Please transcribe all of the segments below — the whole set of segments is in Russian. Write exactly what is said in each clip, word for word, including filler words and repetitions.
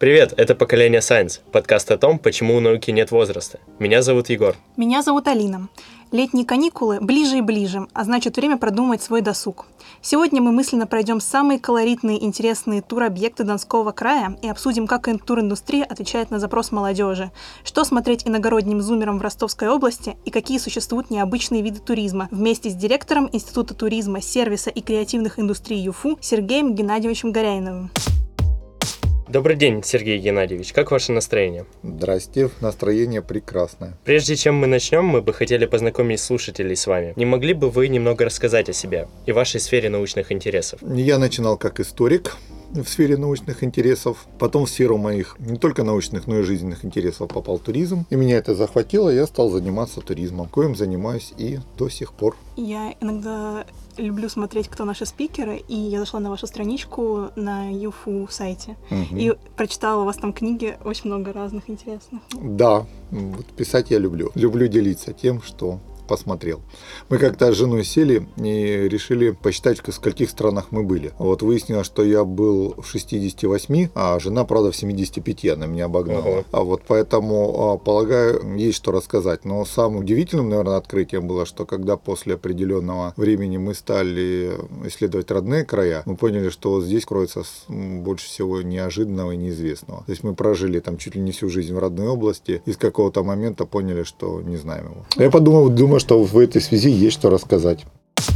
Привет, это «Поколение Science», подкаст о том, почему у науки нет возраста. Меня зовут Егор. Меня зовут Алина. Летние каникулы ближе и ближе, а значит время продумать свой досуг. Сегодня мы мысленно пройдем самые колоритные и интересные туробъекты Донского края и обсудим, как туриндустрия отвечает на запрос молодежи, что смотреть иногородним зумерам в Ростовской области и какие существуют необычные виды туризма, вместе с директором Института туризма, сервиса и креативных индустрий ЮФУ Сергеем Геннадьевичем Горяиновым. Добрый день, Сергей Геннадьевич. Как ваше настроение? Здрасте, настроение прекрасное. Прежде чем мы начнем, мы бы хотели познакомить слушателей с вами. Не могли бы вы немного рассказать о себе и вашей сфере научных интересов? Я начинал как историк в сфере научных интересов. Потом в сферу моих не только научных, но и жизненных интересов попал туризм. И меня это захватило, и я стал заниматься туризмом, коим занимаюсь и до сих пор. Я иногда люблю смотреть, кто наши спикеры, и я зашла на вашу страничку на ЮФУ сайте угу. и прочитала у вас там книги, очень много разных интересных. Да, вот писать я люблю. Люблю делиться тем, что посмотрел. Мы как-то с женой сели и решили посчитать, в скольких странах мы были. Вот выяснилось, что я был в шестидесяти восьми, а жена, правда, в семидесяти пяти, она меня обогнала. Ого. А вот поэтому, полагаю, есть что рассказать. Но самым удивительным, наверное, открытием было, что когда после определенного времени мы стали исследовать родные края, мы поняли, что вот здесь кроется больше всего неожиданного и неизвестного. То есть мы прожили там чуть ли не всю жизнь в родной области и с какого-то момента поняли, что не знаем его. Я подумал, думаю, что в этой связи есть что рассказать.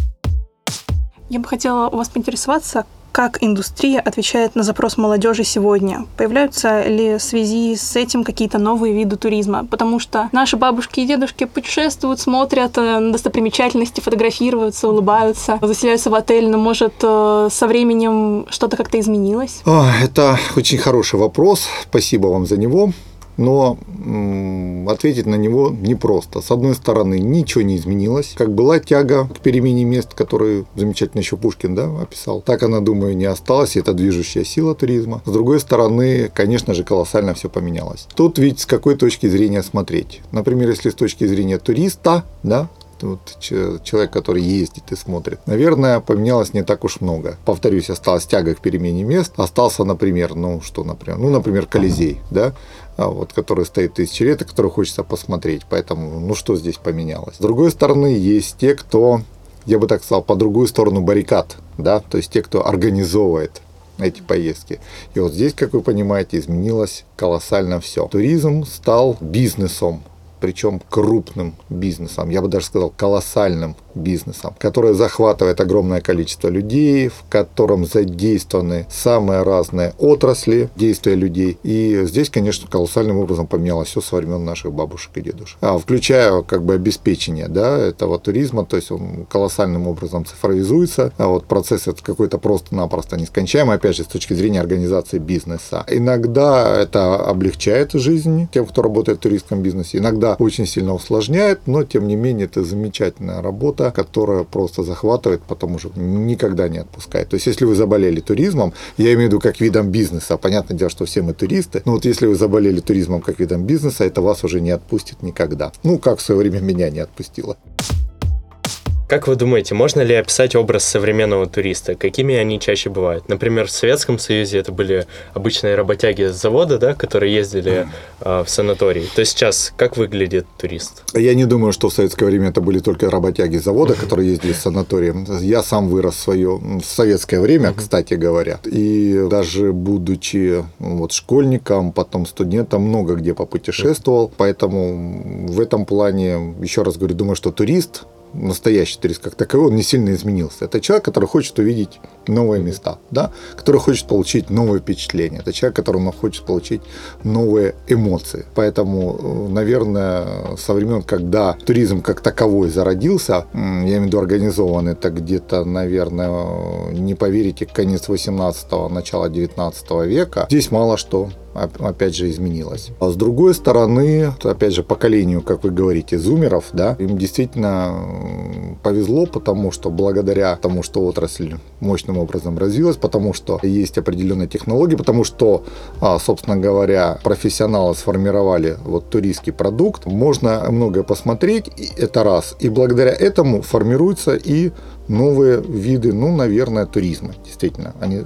Я бы хотела у вас поинтересоваться, как индустрия отвечает на запрос молодежи сегодня? Появляются ли в связи с этим какие-то новые виды туризма? Потому что наши бабушки и дедушки путешествуют, смотрят на достопримечательности, фотографируются, улыбаются, заселяются в отель, но, может, со временем что-то как-то изменилось? О, это очень хороший вопрос, спасибо вам за него. Но м- ответить на него непросто. С одной стороны, ничего не изменилось. Как была тяга к перемене мест, которую замечательно еще Пушкин, да, описал, так она, думаю, не осталась. И это движущая сила туризма. С другой стороны, конечно же, колоссально все поменялось. Тут ведь с какой точки зрения смотреть. Например, если с точки зрения туриста, да, вот человек, который ездит и смотрит, наверное, поменялось не так уж много. Повторюсь, осталась тяга к перемене мест. Остался, например, ну что, например, ну, например, Колизей, да, вот, который стоит тысячи лет, и который хочется посмотреть. Поэтому, ну что здесь поменялось? С другой стороны, есть те, кто, я бы так сказал, по другую сторону баррикад, да, то есть те, кто организовывает эти поездки. И вот здесь, как вы понимаете, изменилось колоссально все. Туризм стал бизнесом. Причем крупным бизнесом, я бы даже сказал колоссальным бизнесом, который захватывает огромное количество людей, в котором задействованы самые разные отрасли действия людей. И здесь, конечно, колоссальным образом поменялось все со времен наших бабушек и дедушек. А, включая как бы обеспечение, да, этого туризма, то есть он колоссальным образом цифровизуется. А вот процесс это какой-то просто-напросто нескончаемый, опять же, с точки зрения организации бизнеса. Иногда это облегчает жизнь тем, кто работает в туристском бизнесе, иногда очень сильно усложняет, но тем не менее это замечательная работа, которая просто захватывает, потому что никогда не отпускает. То есть если вы заболели туризмом, я имею в виду как видом бизнеса, понятное дело, что все мы туристы, но вот если вы заболели туризмом как видом бизнеса, это вас уже не отпустит никогда. Ну, как в свое время меня не отпустило. Как вы думаете, можно ли описать образ современного туриста? Какими они чаще бывают? Например, в Советском Союзе это были обычные работяги с завода, да, которые ездили э, в санаторий. То сейчас как выглядит турист? Я не думаю, что в советское время это были только работяги с завода, которые ездили в санаторий. Я сам вырос в свое в советское время, кстати говоря. И даже будучи вот, школьником, потом студентом, много где попутешествовал. Поэтому в этом плане, еще раз говорю, думаю, что турист, настоящий турист как таковой, он не сильно изменился. Это человек, который хочет увидеть новые места, да? Который хочет получить новые впечатления. Это человек, который хочет получить новые эмоции. Поэтому, наверное, со времен, когда туризм как таковой зародился, я имею в виду организован, это где-то, наверное, не поверите, конец восемнадцатого, начало девятнадцатого века, здесь мало что опять же изменилось. А с другой стороны, опять же, поколению, как вы говорите, зумеров, да, им действительно повезло, потому что благодаря тому, что отрасль мощным образом развилась, потому что есть определенные технологии, потому что, собственно говоря, профессионалы сформировали вот туристский продукт, можно многое посмотреть, это раз, и благодаря этому формируются и новые виды, ну, наверное, туризма, действительно, они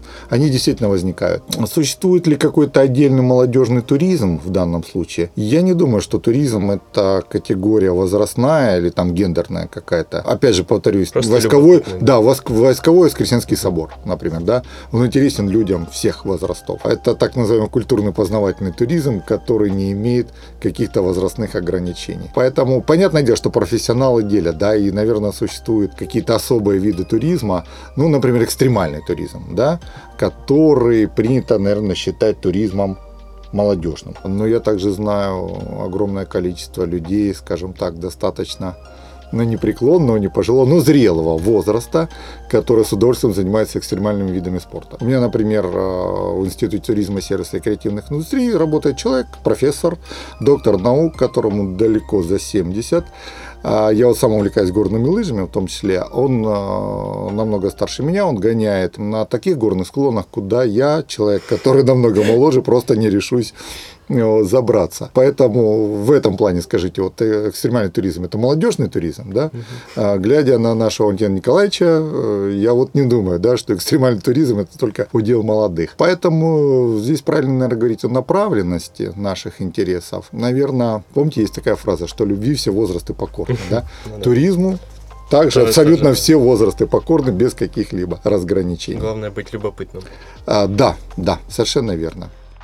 они действительно возникают. Существует ли какой-то отдельный молодежный туризм в данном случае? Я не думаю, что туризм – это категория возрастная или там гендерная какая-то. Опять же, повторюсь, Просто войсковой, да, войсковой Воскресенский собор, например, да, он интересен людям всех возрастов. Это так называемый культурный познавательный туризм, который не имеет каких-то возрастных ограничений. Поэтому понятное дело, что профессионалы делят, да, и, наверное, существуют какие-то особые виды туризма, ну, например, экстремальный туризм, да, который принято, наверное, считать туризмом молодежным. Но я также знаю огромное количество людей, скажем так, достаточно, ну, не преклонного, не пожилого, но зрелого возраста, которые с удовольствием занимаются экстремальными видами спорта. У меня, например, в Институте туризма, сервиса и креативных индустрий работает человек, профессор, доктор наук, которому далеко за семьдесят. Я вот сам увлекаюсь горными лыжами, в том числе. Он намного старше меня, он гоняет на таких горных склонах, куда я, человек, который намного моложе, просто не решусь забраться. Поэтому в этом плане, скажите, вот экстремальный туризм – это молодежный туризм, да? Uh-huh. Глядя на нашего Валентина Николаевича, я вот не думаю, да, что экстремальный туризм – это только удел молодых. Поэтому здесь правильно, наверное, говорить о направленности наших интересов. Наверное, помните, есть такая фраза, что любви все возрасты покорны, да? Туризму также абсолютно все возрасты покорны, без каких-либо разграничений. Главное быть любопытным. А, да, да, совершенно верно.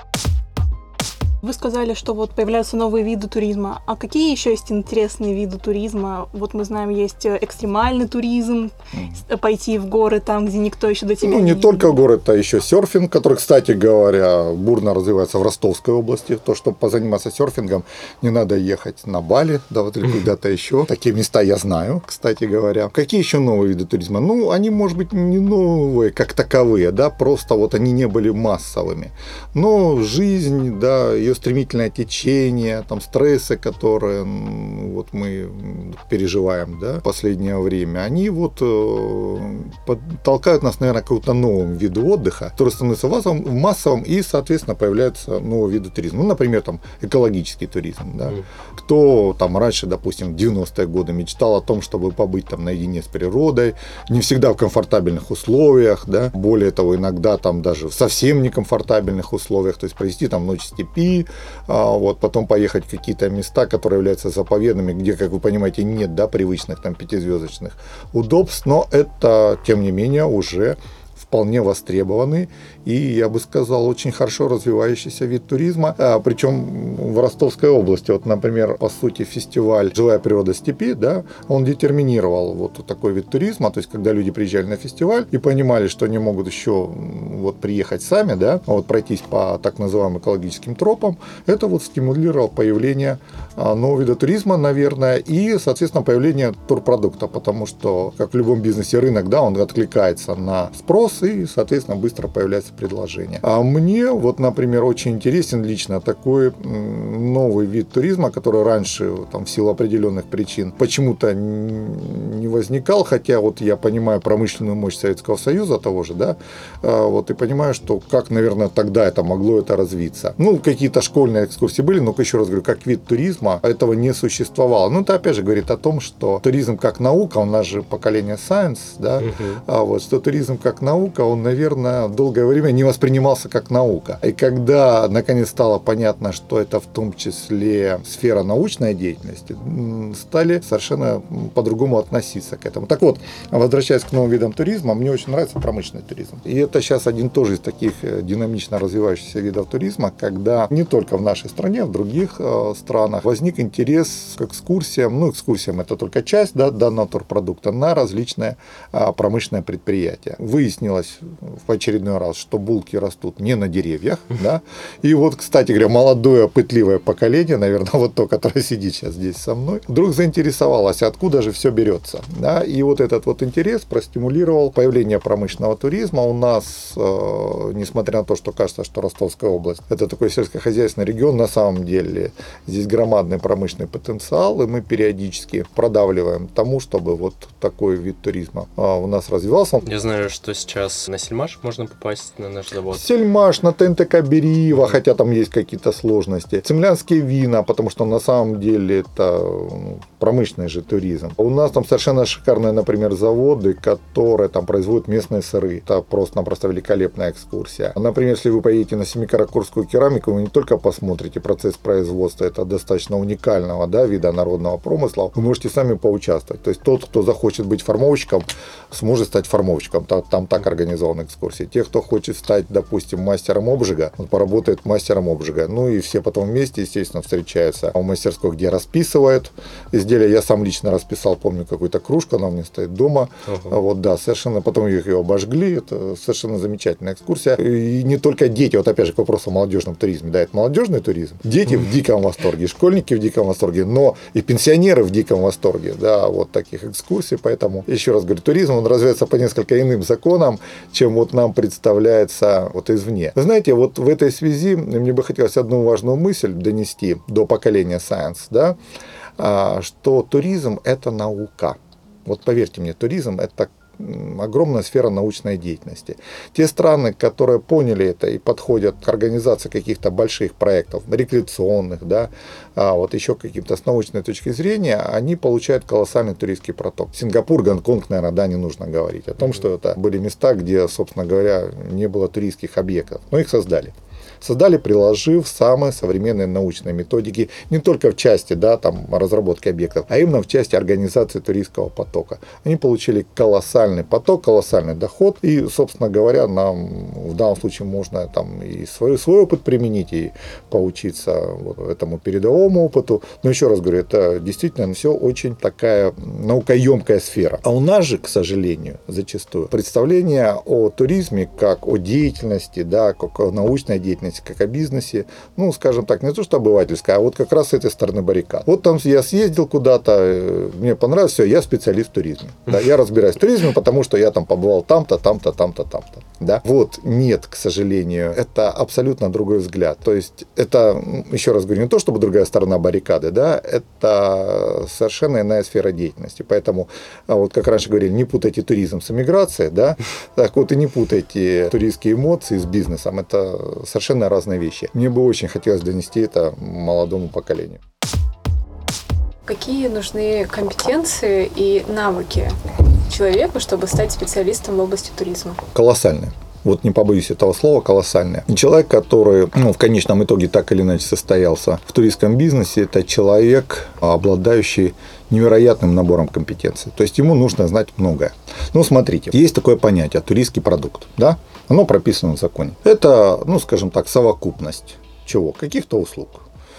Вы сказали, что вот появляются новые виды туризма. А какие еще есть интересные виды туризма? Вот мы знаем, есть экстремальный туризм, mm. пойти в горы там, где никто еще до тебя ну, не не видел. только горы, это еще серфинг, который, кстати говоря, бурно развивается в Ростовской области. То, чтобы позаниматься серфингом, не надо ехать на Бали, да, вот или куда-то еще. Такие места я знаю, кстати говоря. Какие еще новые виды туризма? Ну, они, может быть, не новые, как таковые, да, просто вот они не были массовыми. Но жизнь, да, ее стремительное течение, там стрессы, которые ну, вот мы переживаем, да, в последнее время, они вот э, толкают нас, наверное, к какому-то новому виду отдыха, который становится массовым, массовым и, соответственно, появляются новые виды туризма. Ну, например, там экологический туризм, да. Mm. Кто там раньше, допустим, в девяностые годы мечтал о том, чтобы побыть там наедине с природой, не всегда в комфортабельных условиях, да, более того, иногда там даже в совсем некомфортабельных условиях, то есть провести там ночь в степи, а, вот, потом поехать в какие-то места, которые являются заповедными, где, как вы понимаете, нет, да, привычных там пятизвездочных удобств, но это, тем не менее, уже вполне востребованный и, я бы сказал, очень хорошо развивающийся вид туризма, а, причем в Ростовской области. Вот, например, по сути, фестиваль «Живая природа степи», да, он детерминировал вот такой вид туризма, то есть, когда люди приезжали на фестиваль и понимали, что они могут еще вот приехать сами, да, вот пройтись по так называемым экологическим тропам, это вот стимулировало появление а, нового вида туризма, наверное, и, соответственно, появление турпродукта, потому что, как в любом бизнесе, рынок, да, он откликается на спрос, и, соответственно, быстро появляется предложение. А мне, вот, например, очень интересен лично такой новый вид туризма, который раньше, там, в силу определенных причин, почему-то не возникал, хотя вот я понимаю промышленную мощь Советского Союза того же, да, вот, и понимаю, что как, наверное, тогда это могло это развиться. Ну, какие-то школьные экскурсии были, но, еще раз говорю, как вид туризма этого не существовало. Ну, это, опять же, говорит о том, что туризм как наука, у нас же поколение Science, да, угу. а вот, что туризм как наука, он, наверное, долгое время не воспринимался как наука. И когда, наконец, стало понятно, что это в том числе сфера научной деятельности, стали совершенно по-другому относиться к этому. Так вот, возвращаясь к новым видам туризма, мне очень нравится промышленный туризм. И это сейчас один тоже из таких динамично развивающихся видов туризма, когда не только в нашей стране, в других э, странах возник интерес к экскурсиям, ну, экскурсиям это только часть, да, данного турпродукта, на различные э, промышленные предприятия. Выяснилось в очередной раз, что булки растут не на деревьях, да, и вот, кстати говоря, молодое пытливое поколение, наверное, вот то, которое сидит сейчас здесь со мной, вдруг заинтересовалось, откуда же все берется, да, и вот этот вот интерес простимулировал появление промышленного туризма. У нас, э, несмотря на то, что кажется, что Ростовская область это такой сельскохозяйственный регион, на самом деле здесь громадный промышленный потенциал, и мы периодически продавливаем тому, чтобы вот такой вид туризма э, у нас развивался. Я знаю, что сейчас сейчас на Сельмаш можно попасть на наш завод? Сельмаш, на ТНТК Бериева, хотя там есть какие-то сложности. Цемлянские вина, потому что на самом деле это ну, промышленный же туризм. У нас там совершенно шикарные, например, заводы, которые там производят местные сыры. Это просто-напросто великолепная экскурсия. Например, если вы поедете на Семикаракорскую керамику, вы не только посмотрите процесс производства, это достаточно уникального да, вида народного промысла, вы можете сами поучаствовать. То есть тот, кто захочет быть формовщиком, сможет стать формовщиком. Там, там так организованы экскурсии. Те, кто хочет стать, допустим, мастером обжига, он поработает мастером обжига. Ну и все потом вместе, естественно, встречаются в мастерской, где расписывают изделия. Я сам лично расписал, помню, какую-то кружку, она у меня стоит дома. Uh-huh. Вот, да, совершенно. Потом их ее обожгли. Это совершенно замечательная экскурсия. И не только дети, вот опять же к вопросу о молодежном туризме. Да, это молодежный туризм. Дети uh-huh. в диком восторге, школьники в диком восторге, но и пенсионеры в диком восторге. Да, вот таких экскурсий. Поэтому, еще раз говорю, туризм, он развивается по несколько иным законам, чем вот нам представляется вот извне. Вы знаете, вот в этой связи мне бы хотелось одну важную мысль донести до поколения Science, да, что туризм – это наука. Вот поверьте мне, туризм – это огромная сфера научной деятельности. Те страны, которые поняли это и подходят к организации каких-то больших проектов, рекреационных, да, а вот еще каким-то с научной точки зрения, они получают колоссальный туристский поток. Сингапур, Гонконг, наверное, да, не нужно говорить о том, что это были места, где, собственно говоря, не было туристских объектов, но их создали. Создали, приложив самые современные научные методики не только в части да, там, разработки объектов, а именно в части организации туристского потока. Они получили колоссальный поток, колоссальный доход. И, собственно говоря, нам в данном случае можно там, и свой, свой опыт применить, и поучиться вот, этому передовому опыту. Но еще раз говорю, это действительно все очень такая наукоемкая сфера. А у нас же, к сожалению, зачастую представление о туризме как о деятельности, да, как о научной деятельности, как о бизнесе, ну, скажем так, не то что обывательская, а вот как раз с этой стороны баррикад. Вот там я съездил куда-то, мне понравилось, все, я специалист в туризме. Да, я разбираюсь в туризме, потому что я там побывал там-то, там-то, там-то, там-то. Да? Вот, нет, к сожалению, это абсолютно другой взгляд. То есть, это, еще раз говорю, не то, чтобы другая сторона баррикады, да, это совершенно иная сфера деятельности. Поэтому, вот как раньше говорили, не путайте туризм с эмиграцией, да, так вот и не путайте туристские эмоции с бизнесом. Это совершенно разные вещи. Мне бы очень хотелось донести это молодому поколению. Какие нужны компетенции и навыки человеку, чтобы стать специалистом в области туризма? Колоссальные. Вот не побоюсь этого слова, колоссальное. Человек, который ну, в конечном итоге так или иначе состоялся в туристском бизнесе, это человек, обладающий невероятным набором компетенций. То есть ему нужно знать многое. Ну, смотрите, есть такое понятие туристский продукт, да? Оно прописано в законе. Это, ну, скажем так, совокупность чего? Каких-то услуг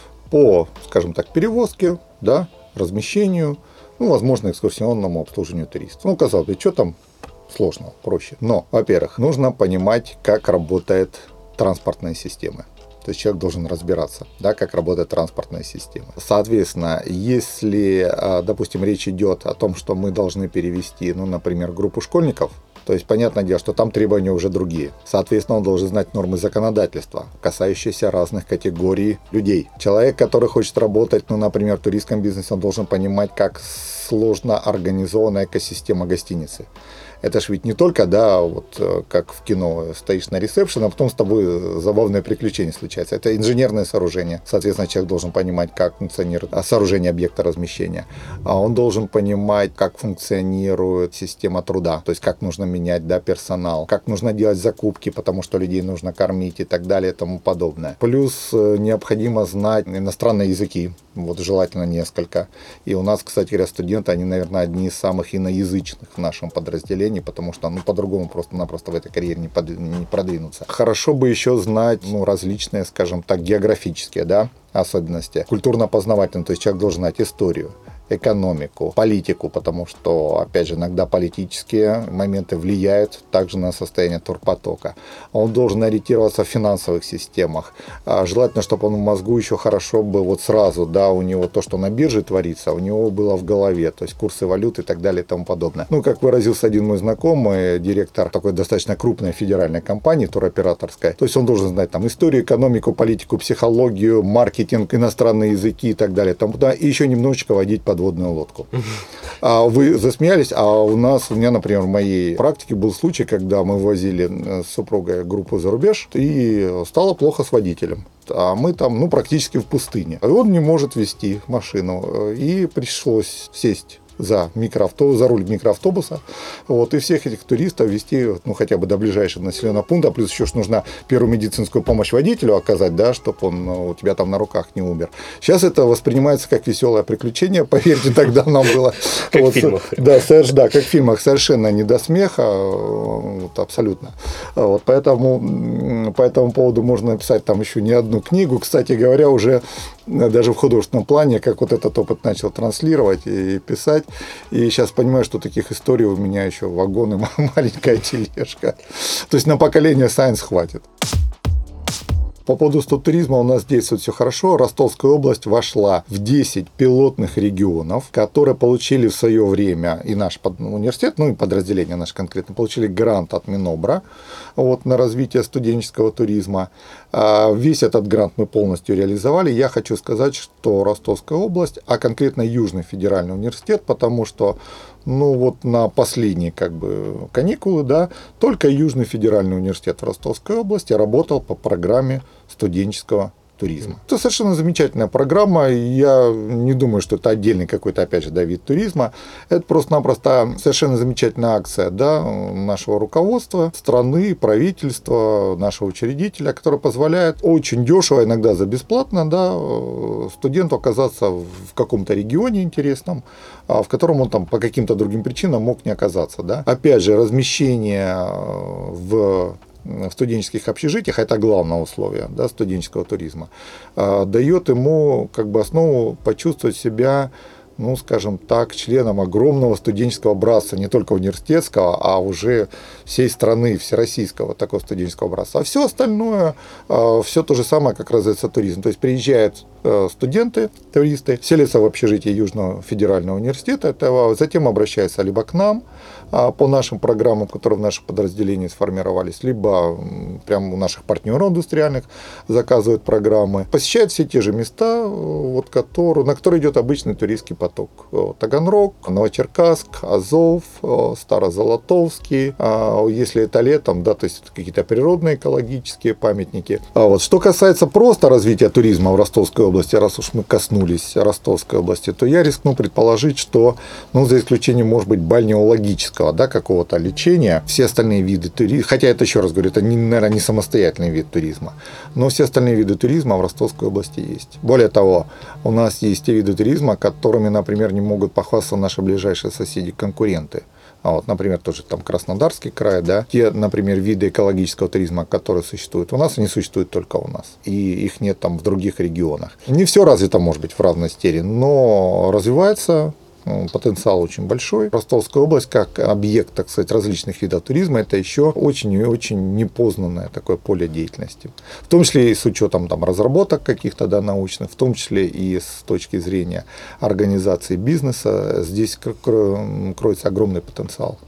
по, скажем так, перевозке, да, размещению, ну, возможно, экскурсионному обслуживанию туристов. Ну, казалось бы, что там сложного, проще. Но, во-первых, нужно понимать, как работает транспортная система. То есть человек должен разбираться, да, как работает транспортная система. Соответственно, если, допустим, речь идет о том, что мы должны перевести, ну, например, группу школьников, то есть, понятное дело, что там требования уже другие. Соответственно, он должен знать нормы законодательства, касающиеся разных категорий людей. Человек, который хочет работать, ну, например, в туристском бизнесе, он должен понимать, как сложно организована экосистема гостиницы. Это ж ведь не только, да, вот как в кино, стоишь на ресепшене, а потом с тобой забавное приключение случается. Это инженерное сооружение. Соответственно, человек должен понимать, как функционирует сооружение объекта размещения. А он должен понимать, как функционирует система труда, то есть как нужно менять, да, персонал, как нужно делать закупки, потому что людей нужно кормить и так далее и тому подобное. Плюс необходимо знать иностранные языки, вот желательно несколько. И у нас, кстати говоря, студенты, они, наверное, одни из самых иноязычных в нашем подразделении, потому что ну, по-другому просто-напросто в этой карьере не, под, не продвинуться. Хорошо бы еще знать ну, различные, скажем так, географические да, особенности, культурно-познавательные, то есть человек должен знать историю, экономику, политику, потому что, опять же, иногда политические моменты влияют также на состояние турпотока. Он должен ориентироваться в финансовых системах. Желательно, чтобы он в мозгу еще хорошо бы вот сразу, да, у него то, что на бирже творится, у него было в голове, то есть курсы валют и так далее и тому подобное. Ну, как выразился один мой знакомый, директор такой достаточно крупной федеральной компании, туроператорской, то есть он должен знать там историю, экономику, политику, психологию, маркетинг, иностранные языки и так далее, там, да, и еще немножечко водить по подводную лодку. А вы засмеялись, а у нас, у меня, например, в моей практике был случай, когда мы возили с супругой группу за рубеж, и стало плохо с водителем. А мы там, ну, практически в пустыне. И он не может вести машину, и пришлось сесть за микроавтобус, за руль микроавтобуса, вот, и всех этих туристов везти, ну, хотя бы до ближайшего населенного пункта, плюс еще ж нужно первую медицинскую помощь водителю оказать, да, чтобы он ну, у тебя там на руках не умер. Сейчас это воспринимается как веселое приключение, поверьте, тогда нам было... Как в фильмах. Да, да, как в фильмах, совершенно не до смеха, вот, абсолютно. Вот, поэтому по этому поводу можно написать там еще не одну книгу, кстати говоря, уже даже в художественном плане, как вот этот опыт начал транслировать и писать. И сейчас понимаю, что таких историй у меня еще вагон и маленькая тележка. То есть на поколение Science хватит. По поводу студтуризма у нас действует все хорошо. Ростовская область вошла в десять пилотных регионов, которые получили в свое время, и наш университет, ну и подразделение наше конкретно, получили грант от Минобра вот, на развитие студенческого туризма. Весь этот грант мы полностью реализовали. Я хочу сказать, что Ростовская область, а конкретно Южный федеральный университет, потому что ну вот на последние как бы каникулы, да, только Южный федеральный университет в Ростовской области работал по программе студенческого туризма. Это совершенно замечательная программа. Я не думаю, что это отдельный какой-то, опять же, да, вид туризма. Это просто-напросто совершенно замечательная акция, да, нашего руководства, страны, правительства, нашего учредителя, которая позволяет очень дешево, иногда за бесплатно, да, студенту оказаться в каком-то регионе интересном, в котором он там по каким-то другим причинам мог не оказаться. Да. Опять же, размещение в в студенческих общежитиях, это главное условие, да, студенческого туризма, дает ему как бы основу почувствовать себя, ну, скажем так, членом огромного студенческого братства, не только университетского, а уже всей страны, всероссийского такого студенческого братства. А все остальное, все то же самое, как развивается туризм. То есть приезжают студенты, туристы, селятся в общежитии Южного федерального университета, затем обращаются либо к нам по нашим программам, которые в нашем подразделении сформировались, либо прямо у наших партнеров индустриальных заказывают программы, посещают все те же места, вот, которые, на которые идет обычный туристский поток. Таганрог, Новочеркасск, Азов, Старозолотовский, если это летом, да, то есть это какие-то природные экологические памятники. А вот что касается просто развития туризма в Ростовской области, раз уж мы коснулись Ростовской области, то я рискну предположить, что, ну, за исключением, может быть, бальнеологического, да, какого-то лечения, все остальные виды туризма, хотя это, еще раз говорю, это, не, наверное, не самостоятельный вид туризма, но все остальные виды туризма в Ростовской области есть. Более того, у нас есть те виды туризма, которыми, например, не могут похвастаться наши ближайшие соседи-конкуренты. А вот, например, тоже там Краснодарский край, да, те, например, виды экологического туризма, которые существуют у нас, они существуют только у нас, и их нет там в других регионах. Не все развито, может быть, в равной степени, но развивается. Потенциал очень большой. Ростовская область, как объект, так сказать, различных видов туризма, это еще очень и очень непознанное такое поле деятельности. В том числе и с учетом там, разработок каких-то, да, научных, в том числе и с точки зрения организации бизнеса. Здесь кроется огромный потенциал.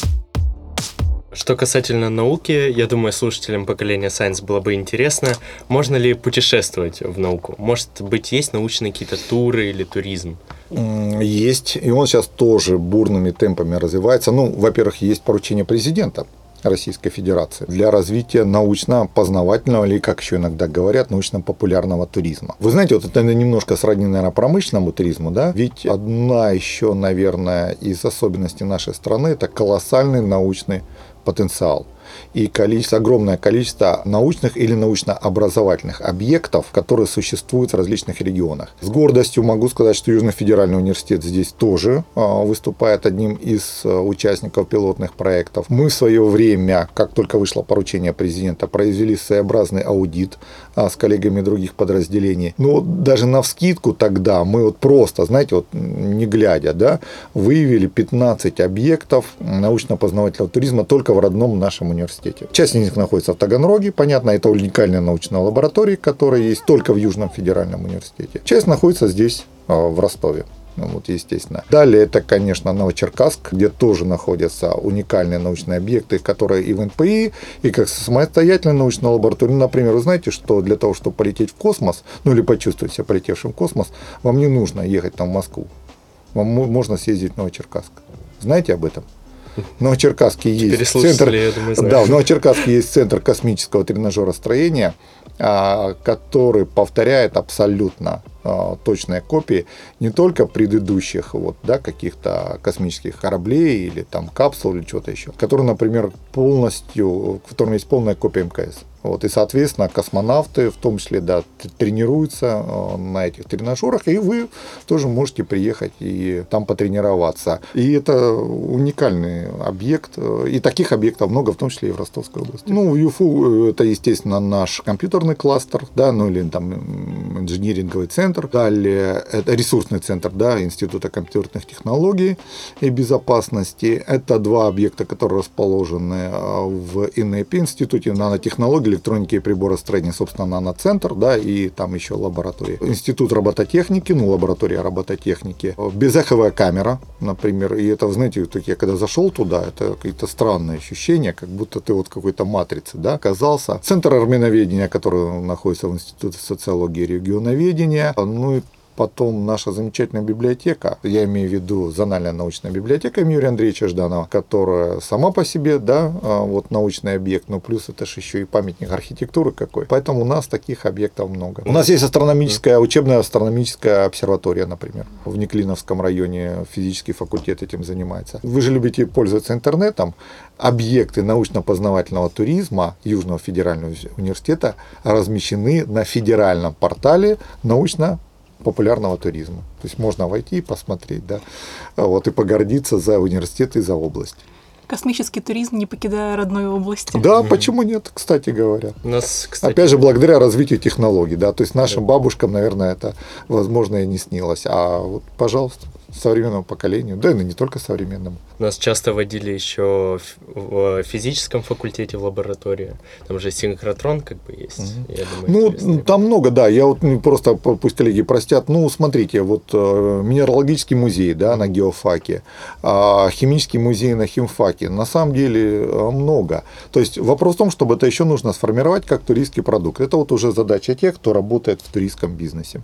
Что касательно науки, я думаю, слушателям поколения Science было бы интересно, можно ли путешествовать в науку? Может быть, есть научные какие-то туры или туризм? Есть, и он сейчас тоже бурными темпами развивается. Ну, во-первых, есть поручение президента Российской Федерации для развития научно-познавательного, или, как еще иногда говорят, научно-популярного туризма. Вы знаете, вот это немножко сродни, наверное, промышленному туризму, да? Ведь одна еще, наверное, из особенностей нашей страны – это колоссальный научный потенциал и количество, огромное количество научных или научно-образовательных объектов, которые существуют в различных регионах. С гордостью могу сказать, что Южный федеральный университет здесь тоже выступает одним из участников пилотных проектов. Мы в свое время, как только вышло поручение президента, произвели своеобразный аудит с коллегами других подразделений. Но даже навскидку тогда мы вот просто, знаете, вот не глядя, да, выявили пятнадцать объектов научно-познавательного туризма только в родном нашем университете. Часть из них находится в Таганроге, понятно, это уникальная научная лаборатория, которая есть только в Южном федеральном университете. Часть находится здесь, в Ростове. Вот, естественно. Далее это, конечно, Новочеркасск, где тоже находятся уникальные научные объекты, которые и в эн пэ и, и как самостоятельная научная лаборатория. Ну, например, вы знаете, что для того, чтобы полететь в космос, ну или почувствовать себя полетевшим в космос, вам не нужно ехать там в Москву. вам можно съездить в Новочеркасск. Знаете об этом? В Новочеркасске есть центр, я думаю, знаю. да, в Новочеркасске есть центр космического тренажеростроения, который повторяет абсолютно точные копии не только предыдущих вот, да, каких-то космических кораблей или там капсул или чего-то еще, который, например, полностью, в котором есть полная копия МКС. Вот, и, соответственно, космонавты, в том числе, да, тренируются на этих тренажерах, и вы тоже можете приехать и там потренироваться. И это уникальный объект, и таких объектов много, в том числе и в Ростовской области. Ну, в ЮФУ это, естественно, наш компьютерный кластер, да, ну или там инжиниринговый центр, далее это ресурсный центр, да, Института компьютерных технологий и безопасности. Это два объекта, которые расположены в ИНЭПе, Институте нанотехнологий, электроники и приборостроения, собственно, наноцентр, да, и там еще лаборатория. Институт робототехники, ну, лаборатория робототехники. Безэховая камера, например, и это, знаете, я когда зашел туда, это какие-то странные ощущения, как будто ты вот в какой-то матрице, да, оказался. Центр армяноведения, который находится в Институте социологии и регионоведения, ну и потом наша замечательная библиотека, я имею в виду зональная научная библиотека Юрия Андреевича Жданова, которая сама по себе, да, вот научный объект, но плюс это же еще и памятник архитектуры какой. Поэтому у нас таких объектов много. У нас есть астрономическая, учебная астрономическая обсерватория, например, в Неклиновском районе физический факультет этим занимается. Вы же любите пользоваться интернетом. Объекты научно-познавательного туризма Южного федерального университета размещены на федеральном портале научно популярного туризма. То есть можно войти и посмотреть, да, вот, и погордиться за университет и за область. Космический туризм, не покидая родной области. Да, mm-hmm. почему нет, кстати говоря. У нас, кстати... Опять же, благодаря развитию технологий, да, то есть нашим да. бабушкам, наверное, это, возможно, и не снилось. А вот, пожалуйста, современному поколению, да и не только современному. Нас часто водили еще в физическом факультете в лаборатории. Там же синхротрон как бы есть. Угу. Я думаю, ну, там много, да. Я вот просто, пусть коллеги простят, ну, смотрите, вот минералогический музей, да, на геофаке, химический музей на химфаке. На самом деле много. То есть вопрос в том, чтобы это еще нужно сформировать как туристский продукт. Это вот уже задача тех, кто работает в туристском бизнесе.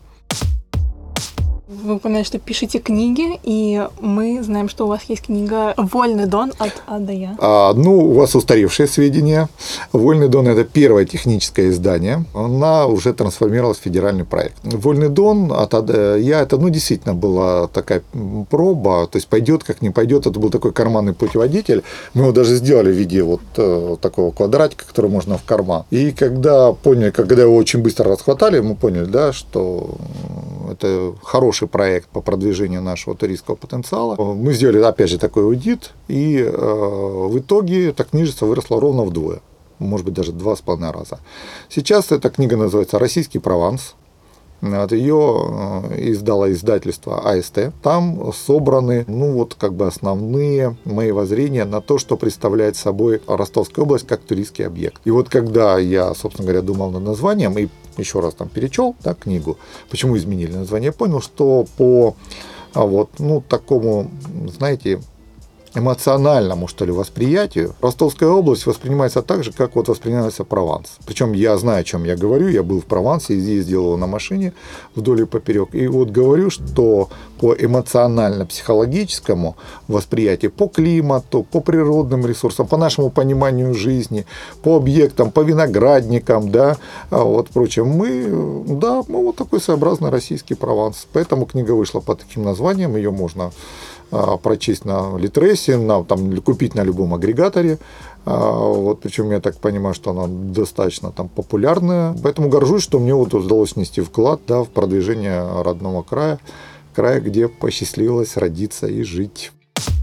Вы упоминали, что пишете книги, и мы знаем, что у вас есть книга «Вольный Дон от А до Я». А, ну, у вас устаревшие сведения. «Вольный Дон» — это первое техническое издание. Она уже трансформировалась в федеральный проект. «Вольный Дон от А до Я» — это, ну, действительно была такая проба, то есть пойдет, как не пойдет. Это был такой карманный путеводитель. Мы его даже сделали в виде вот э, такого квадратика, который можно в карман. И когда поняли, когда его очень быстро расхватали, мы поняли, да, что это хороший проект по продвижению нашего туристского потенциала. Мы сделали, опять же, такой аудит, и э, в итоге эта книжица выросла ровно вдвое, может быть, даже два с половиной раза. Сейчас эта книга называется «Российский Прованс». Вот, ее издало издательство А Эс Тэ. Там собраны, ну, вот, как бы основные мои воззрения на то, что представляет собой Ростовская область как туристский объект. И вот когда я, собственно говоря, думал над названием и еще раз там перечел, да, книгу, почему изменили название, я понял, что по вот, ну, такому, знаете, эмоциональному, что ли, восприятию Ростовская область воспринимается так же, как вот воспринимается Прованс. Причем я знаю, о чем я говорю, я был в Провансе, ездил на машине вдоль и поперек, и вот говорю, что по эмоционально-психологическому восприятию, по климату, по природным ресурсам, по нашему пониманию жизни, по объектам, по виноградникам, да, вот прочим, мы, да, мы вот такой своеобразный российский Прованс. Поэтому книга вышла под таким названием, ее можно прочесть на Литресе, на, там, купить на любом агрегаторе. Вот, причем я так понимаю, что она достаточно там популярная. Поэтому горжусь, что мне вот удалось внести вклад, да, в продвижение родного края, края, где посчастливилось родиться и жить.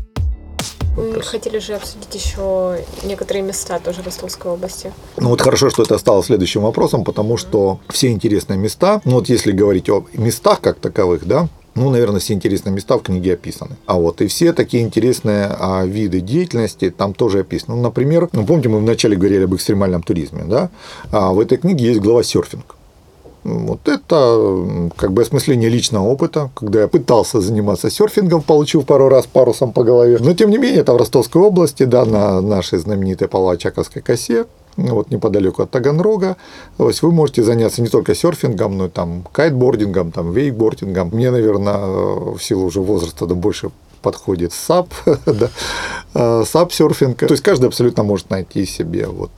Мы хотели же обсудить еще некоторые места тоже Ростовской области. Ну вот хорошо, что это стало следующим вопросом, потому что все интересные места, ну вот если говорить о местах как таковых, да, ну, наверное, все интересные места в книге описаны. А вот и все такие интересные а, виды деятельности там тоже описаны. Ну, например, ну, помните, мы вначале говорили об экстремальном туризме, да? А в этой книге есть глава серфинг. Вот это как бы осмысление личного опыта, когда я пытался заниматься серфингом, получил пару раз парусом по голове. Но, тем не менее, это в Ростовской области, да, на нашей знаменитой Павлово-Очаковской косе. вот неподалеку от Таганрога. То есть вы можете заняться не только серфингом, но и там кайтбордингом, там вейкбордингом. Мне, наверное, в силу уже возраста да больше подходит сап, да, сап-серфинг. То есть каждый абсолютно может найти себе вот,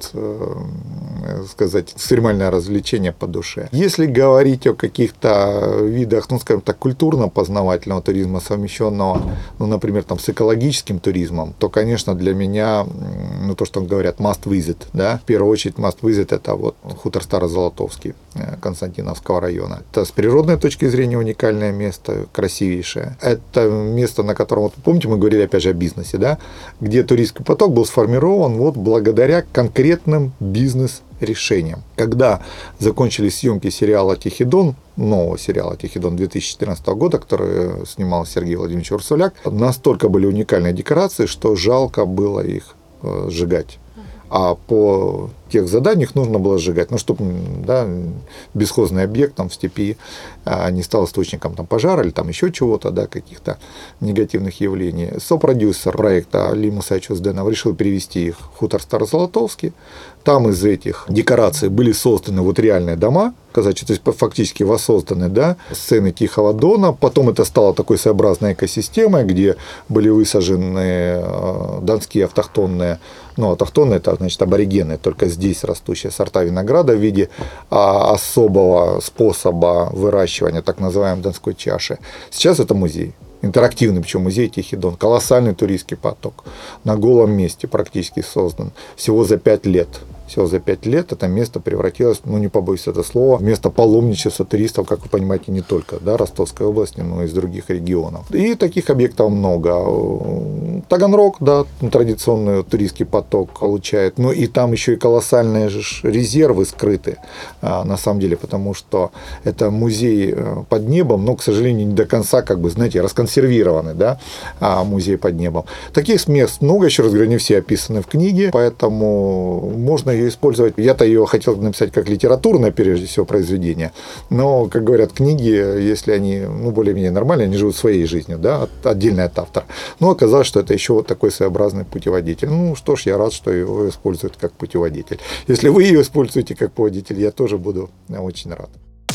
э, сказать, экстремальное развлечение по душе. Если говорить о каких-то видах, ну, скажем так, культурно-познавательного туризма, совмещенного, ну, например, там, с экологическим туризмом, то, конечно, для меня, ну, то, что говорят, must visit, да, в первую очередь must visit это вот хутор Старозолотовский Константиновского района. Это с природной точки зрения уникальное место, красивейшее. Это место, на котором, вот, помните, мы говорили опять же о бизнесе, да, где туристский поток был сформирован вот благодаря конкретным бизнес-решениям. Когда закончились съемки сериала «Тихий-Дон», нового сериала «Тихий-Дон» две тысячи четырнадцатого года, который снимал Сергей Владимирович Урсуляк, настолько были уникальные декорации, что жалко было их э, сжигать. А по тех заданиях нужно было сжигать, ну, чтобы, да, бесхозный объект там в степи а, не стал источником там, пожара или там еще чего-то, да, каких-то негативных явлений. Сопродюсер проекта Али Мусаевич Узденов решил перевести их в хутор Старозолотовский. Там из этих декораций были созданы вот реальные дома, казачьи, то есть фактически воссозданы, да, сцены Тихого Дона. Потом это стало такой своеобразной экосистемой, где были высажены донские автохтонные, ну, автохтонные, это значит аборигены, только здесь растущие сорта винограда в виде а, особого способа выращивания, так называемой донской чаши. Сейчас это музей. Интерактивный, причем музей Тихий Дон. Колоссальный туристский поток. На голом месте практически создан. Всего за пять лет. Всего за пять лет это место превратилось, ну не побоюсь этого слова, в место паломничества туристов, как вы понимаете, не только, да, Ростовской области, но и из других регионов. И таких объектов много. Таганрог, да, традиционный туристский поток получает, но и там еще и колоссальные же резервы скрыты, на самом деле, потому что это музей под небом, но, к сожалению, не до конца, как бы, знаете, расконсервированный, да, музей под небом. Таких мест много, еще раз говорю, не все описаны в книге, поэтому можно ее использовать. Я-то ее хотел написать как литературное, прежде всего, произведение, но, как говорят, книги, если они, ну, более-менее нормальные, они живут своей жизнью, да, отдельно от автора. Но оказалось, что это еще вот такой своеобразный путеводитель. Ну, что ж, я рад, что его используют как путеводитель. Если вы ее используете как путеводитель, я тоже буду очень рад.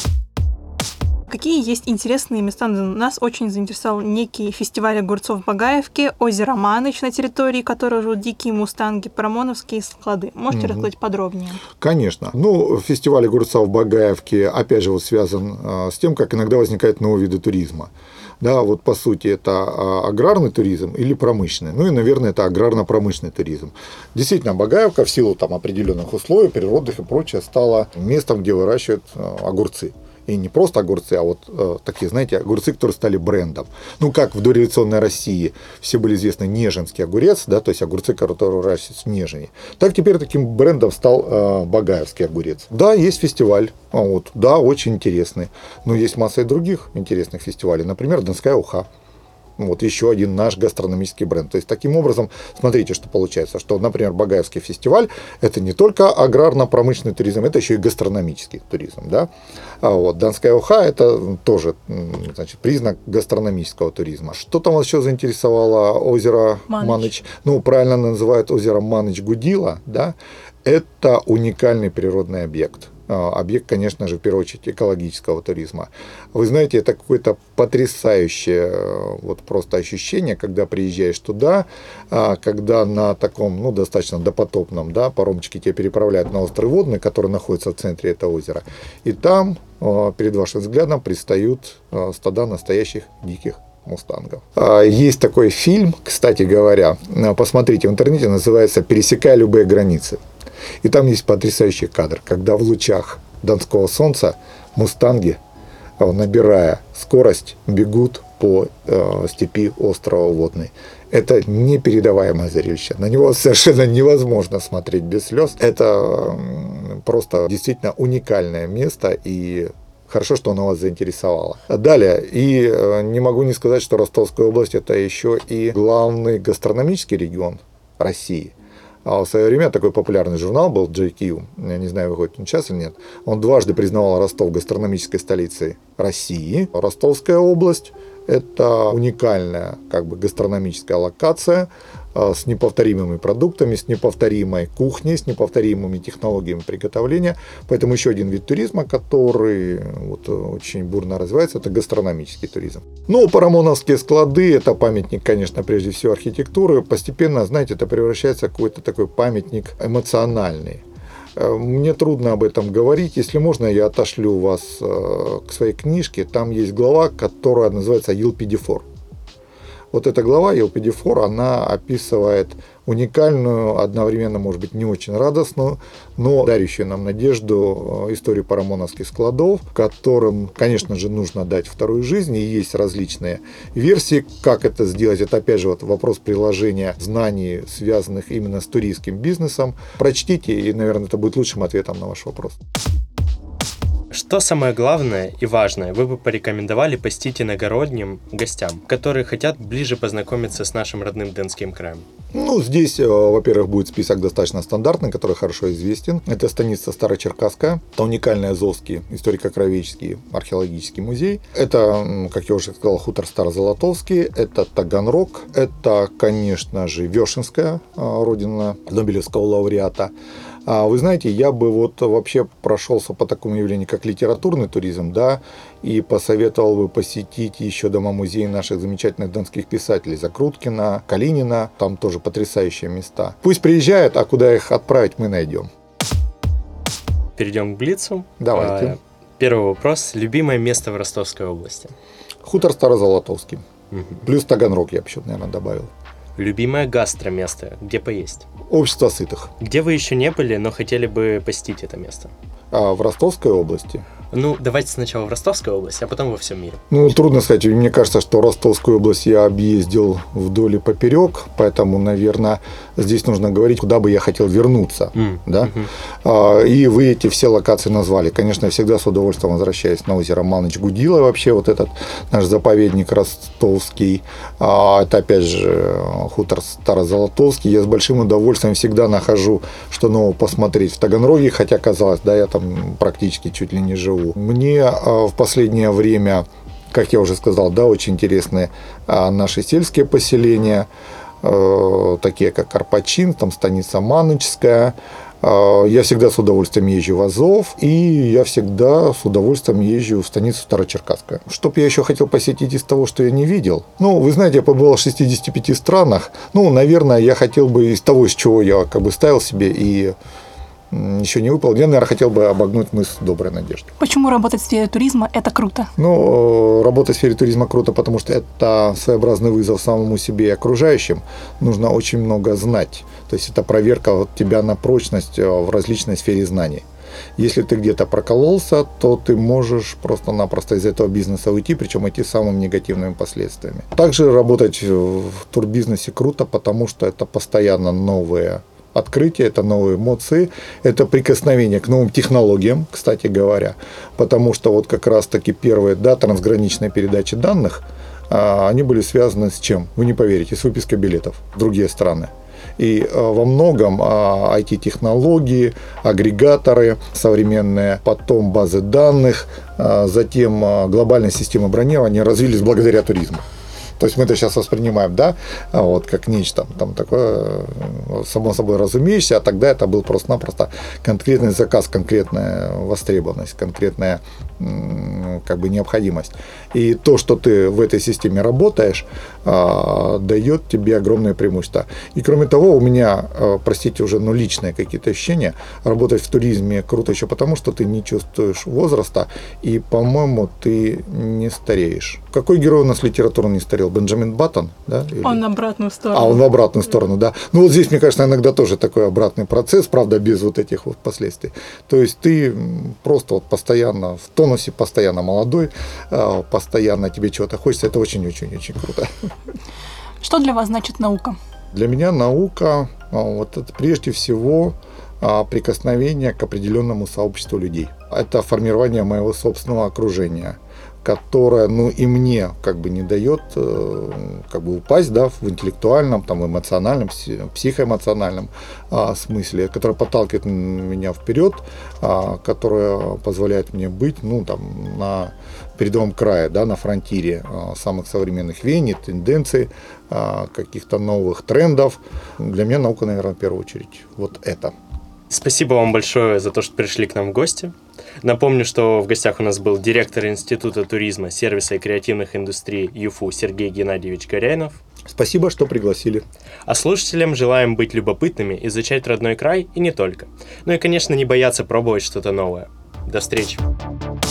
Какие есть интересные места? Нас очень заинтересовал некий фестиваль огурцов в Багаевке, озеро Маныч, на территории которого живут дикие мустанги, парамоновские склады. Можете mm-hmm. рассказать подробнее? Конечно. Ну, фестиваль огурцов в Багаевке, опять же, вот связан а, с тем, как иногда возникают новые виды туризма. Да, вот по сути это аграрный туризм или промышленный. Ну и, наверное, это аграрно-промышленный туризм. Действительно, Багаевка в силу там определенных условий, природных и прочее, стала местом, где выращивают огурцы. И не просто огурцы, а вот э, такие, знаете, огурцы, которые стали брендом. Ну, как в дореволюционной России все были известны Нежинский огурец, да, то есть огурцы, которые выращиваются в Нежине. Так теперь таким брендом стал э, Багаевский огурец. Да, есть фестиваль, а вот, да, очень интересный. Но есть масса и других интересных фестивалей. Например, Донская уха. Вот еще один наш гастрономический бренд. То есть, таким образом, смотрите, что получается, что, например, Багаевский фестиваль – это не только аграрно-промышленный туризм, это еще и гастрономический туризм. Да? А вот Донская уха – это тоже, значит, признак гастрономического туризма. Что там вас еще заинтересовало? Озеро Маныч. Маныч. Ну, правильно называют озеро Маныч-Гудило. Да? Это уникальный природный объект. Объект, конечно же, в первую очередь экологического туризма. Вы знаете, это какое-то потрясающее вот просто ощущение, когда приезжаешь туда, когда на таком, ну, достаточно допотопном, да, паромчике тебя переправляют на остров Водный, который находится в центре этого озера, и там перед вашим взглядом предстают стада настоящих диких мустангов. Есть такой фильм, кстати говоря, посмотрите в интернете, называется «Пересекая любые границы». И там есть потрясающий кадр, когда в лучах донского солнца мустанги, набирая скорость, бегут по э, степи острова Водный. Это непередаваемое зрелище. На него совершенно невозможно смотреть без слез. Это э, просто действительно уникальное место, и хорошо, что оно вас заинтересовало. Далее, и э, не могу не сказать, что Ростовская область – это еще и главный гастрономический регион России. А в свое время такой популярный журнал был джей кью, я не знаю, выходит он сейчас или нет, он дважды признавал Ростов гастрономической столицей России. Ростовская область – это уникальная, как бы, гастрономическая локация, с неповторимыми продуктами, с неповторимой кухней, с неповторимыми технологиями приготовления. Поэтому еще один вид туризма, который вот очень бурно развивается, это гастрономический туризм. Ну, парамоновские склады – это памятник, конечно, прежде всего архитектуры. Постепенно, знаете, это превращается в какой-то такой памятник эмоциональный. Мне трудно об этом говорить. Если можно, я отошлю вас к своей книжке. Там есть глава, которая называется «Елпидифор». Вот эта глава Елпидифор, она описывает уникальную, одновременно, может быть, не очень радостную, но дарящую нам надежду историю парамоновских складов, которым, конечно же, нужно дать вторую жизнь. И есть различные версии, как это сделать. Это, опять же, вот вопрос приложения знаний, связанных именно с туристским бизнесом. Прочтите, и, наверное, это будет лучшим ответом на ваш вопрос. Что самое главное и важное вы бы порекомендовали посетить иногородним гостям, которые хотят ближе познакомиться с нашим родным Донским краем? Ну, здесь, во-первых, будет список достаточно стандартный, который хорошо известен. Это станица Старочеркасская, это уникальный Азовский историко-краеведческий археологический музей. Это, как я уже сказал, хутор Старозолотовский, это Таганрог, это, конечно же, Вешенская, родина Нобелевского лауреата. Вы знаете, я бы вот вообще прошелся по такому явлению, как литературный туризм, да, и посоветовал бы посетить еще дома-музеи наших замечательных донских писателей Закруткина, Калинина, там тоже потрясающие места. Пусть приезжают, а куда их отправить, мы найдем. Перейдем к блицу. Давайте. Первый вопрос. Любимое место в Ростовской области? Хутор Старозолотовский. Угу. Плюс Таганрог я бы еще, наверное, добавил. Любимое гастроместо, где поесть? Общество сытых. Где вы еще не были, но хотели бы посетить это место? А в Ростовской области? Ну, давайте сначала в Ростовской области, а потом во всем мире. Ну, трудно сказать. Мне кажется, что Ростовскую область я объездил вдоль и поперек, поэтому, наверное, здесь нужно говорить, куда бы я хотел вернуться. Mm. Да? Mm-hmm. И вы эти все локации назвали. Конечно, я всегда с удовольствием возвращаюсь на озеро Малныч-Гудило, вообще вот этот наш заповедник ростовский. Это, опять же, хутор Старозолотовский. Я с большим удовольствием всегда нахожу, что нового посмотреть в Таганроге, хотя, казалось, да, я там практически чуть ли не живу. Мне в последнее время, как я уже сказал, да, очень интересны наши сельские поселения, такие как Карпачин, там станица Маночская. Я всегда с удовольствием езжу в Азов, и я всегда с удовольствием езжу в станицу Старочеркасская. Что бы я еще хотел посетить из того, что я не видел? Ну, вы знаете, я побывал в шестидесяти пяти странах. Ну, наверное, я хотел бы из того, из чего я как бы ставил себе и еще не выполнил, я, наверное, хотел бы обогнуть мыс Доброй Надежды. Почему работать в сфере туризма – это круто? Ну, работать в сфере туризма круто, потому что это своеобразный вызов самому себе и окружающим. Нужно очень много знать. То есть это проверка вот тебя на прочность в различной сфере знаний. Если ты где-то прокололся, то ты можешь просто-напросто из этого бизнеса уйти, причем идти с самыми негативными последствиями. Также работать в турбизнесе круто, потому что это постоянно новые открытия, это новые эмоции, это прикосновение к новым технологиям, кстати говоря, потому что вот как раз-таки первые, да, трансграничные передачи данных, а, они были связаны с чем? Вы не поверите, с выпиской билетов в другие страны. И а, во многом а, ай ти-технологии, агрегаторы современные, потом базы данных, а, затем а, глобальные системы бронирования развились благодаря туризму. То есть мы это сейчас воспринимаем, да, вот как нечто там такое само собой разумеющееся, а тогда это был просто-напросто конкретный заказ, конкретная востребованность, конкретная как бы необходимость. И то, что ты в этой системе работаешь, дает тебе огромное преимущество. И кроме того, у меня, простите, уже ну, личные какие-то ощущения, работать в туризме круто еще потому, что ты не чувствуешь возраста, и, по-моему, ты не стареешь. Какой герой у нас литературы не старел? Бенджамин Баттон, да? Или... Он в обратную сторону. А, он в обратную сторону, да. Ну, вот здесь, мне кажется, иногда тоже такой обратный процесс, правда, без вот этих вот последствий. То есть ты просто вот постоянно в тонусе, постоянно молодой, постоянно тебе чего-то хочется. Это очень-очень-очень круто. Что для вас значит наука? Для меня наука, вот это прежде всего прикосновение к определенному сообществу людей. Это формирование моего собственного окружения, которая, ну, и мне как бы не дает э, как бы упасть, да, в интеллектуальном, там, эмоциональном, психоэмоциональном а, смысле, которая подталкивает меня вперед, а, которая позволяет мне быть, ну, там, на передовом крае, да, на фронтире а, самых современных веяний, тенденций, а, каких-то новых трендов. Для меня наука, наверное, в первую очередь вот это. Спасибо вам большое за то, что пришли к нам в гости. Напомню, что в гостях у нас был директор Института туризма, сервиса и креативных индустрий ЮФУ Сергей Геннадьевич Горяйнов. Спасибо, что пригласили. А слушателям желаем быть любопытными, изучать родной край и не только. Ну и, конечно, не бояться пробовать что-то новое. До встречи!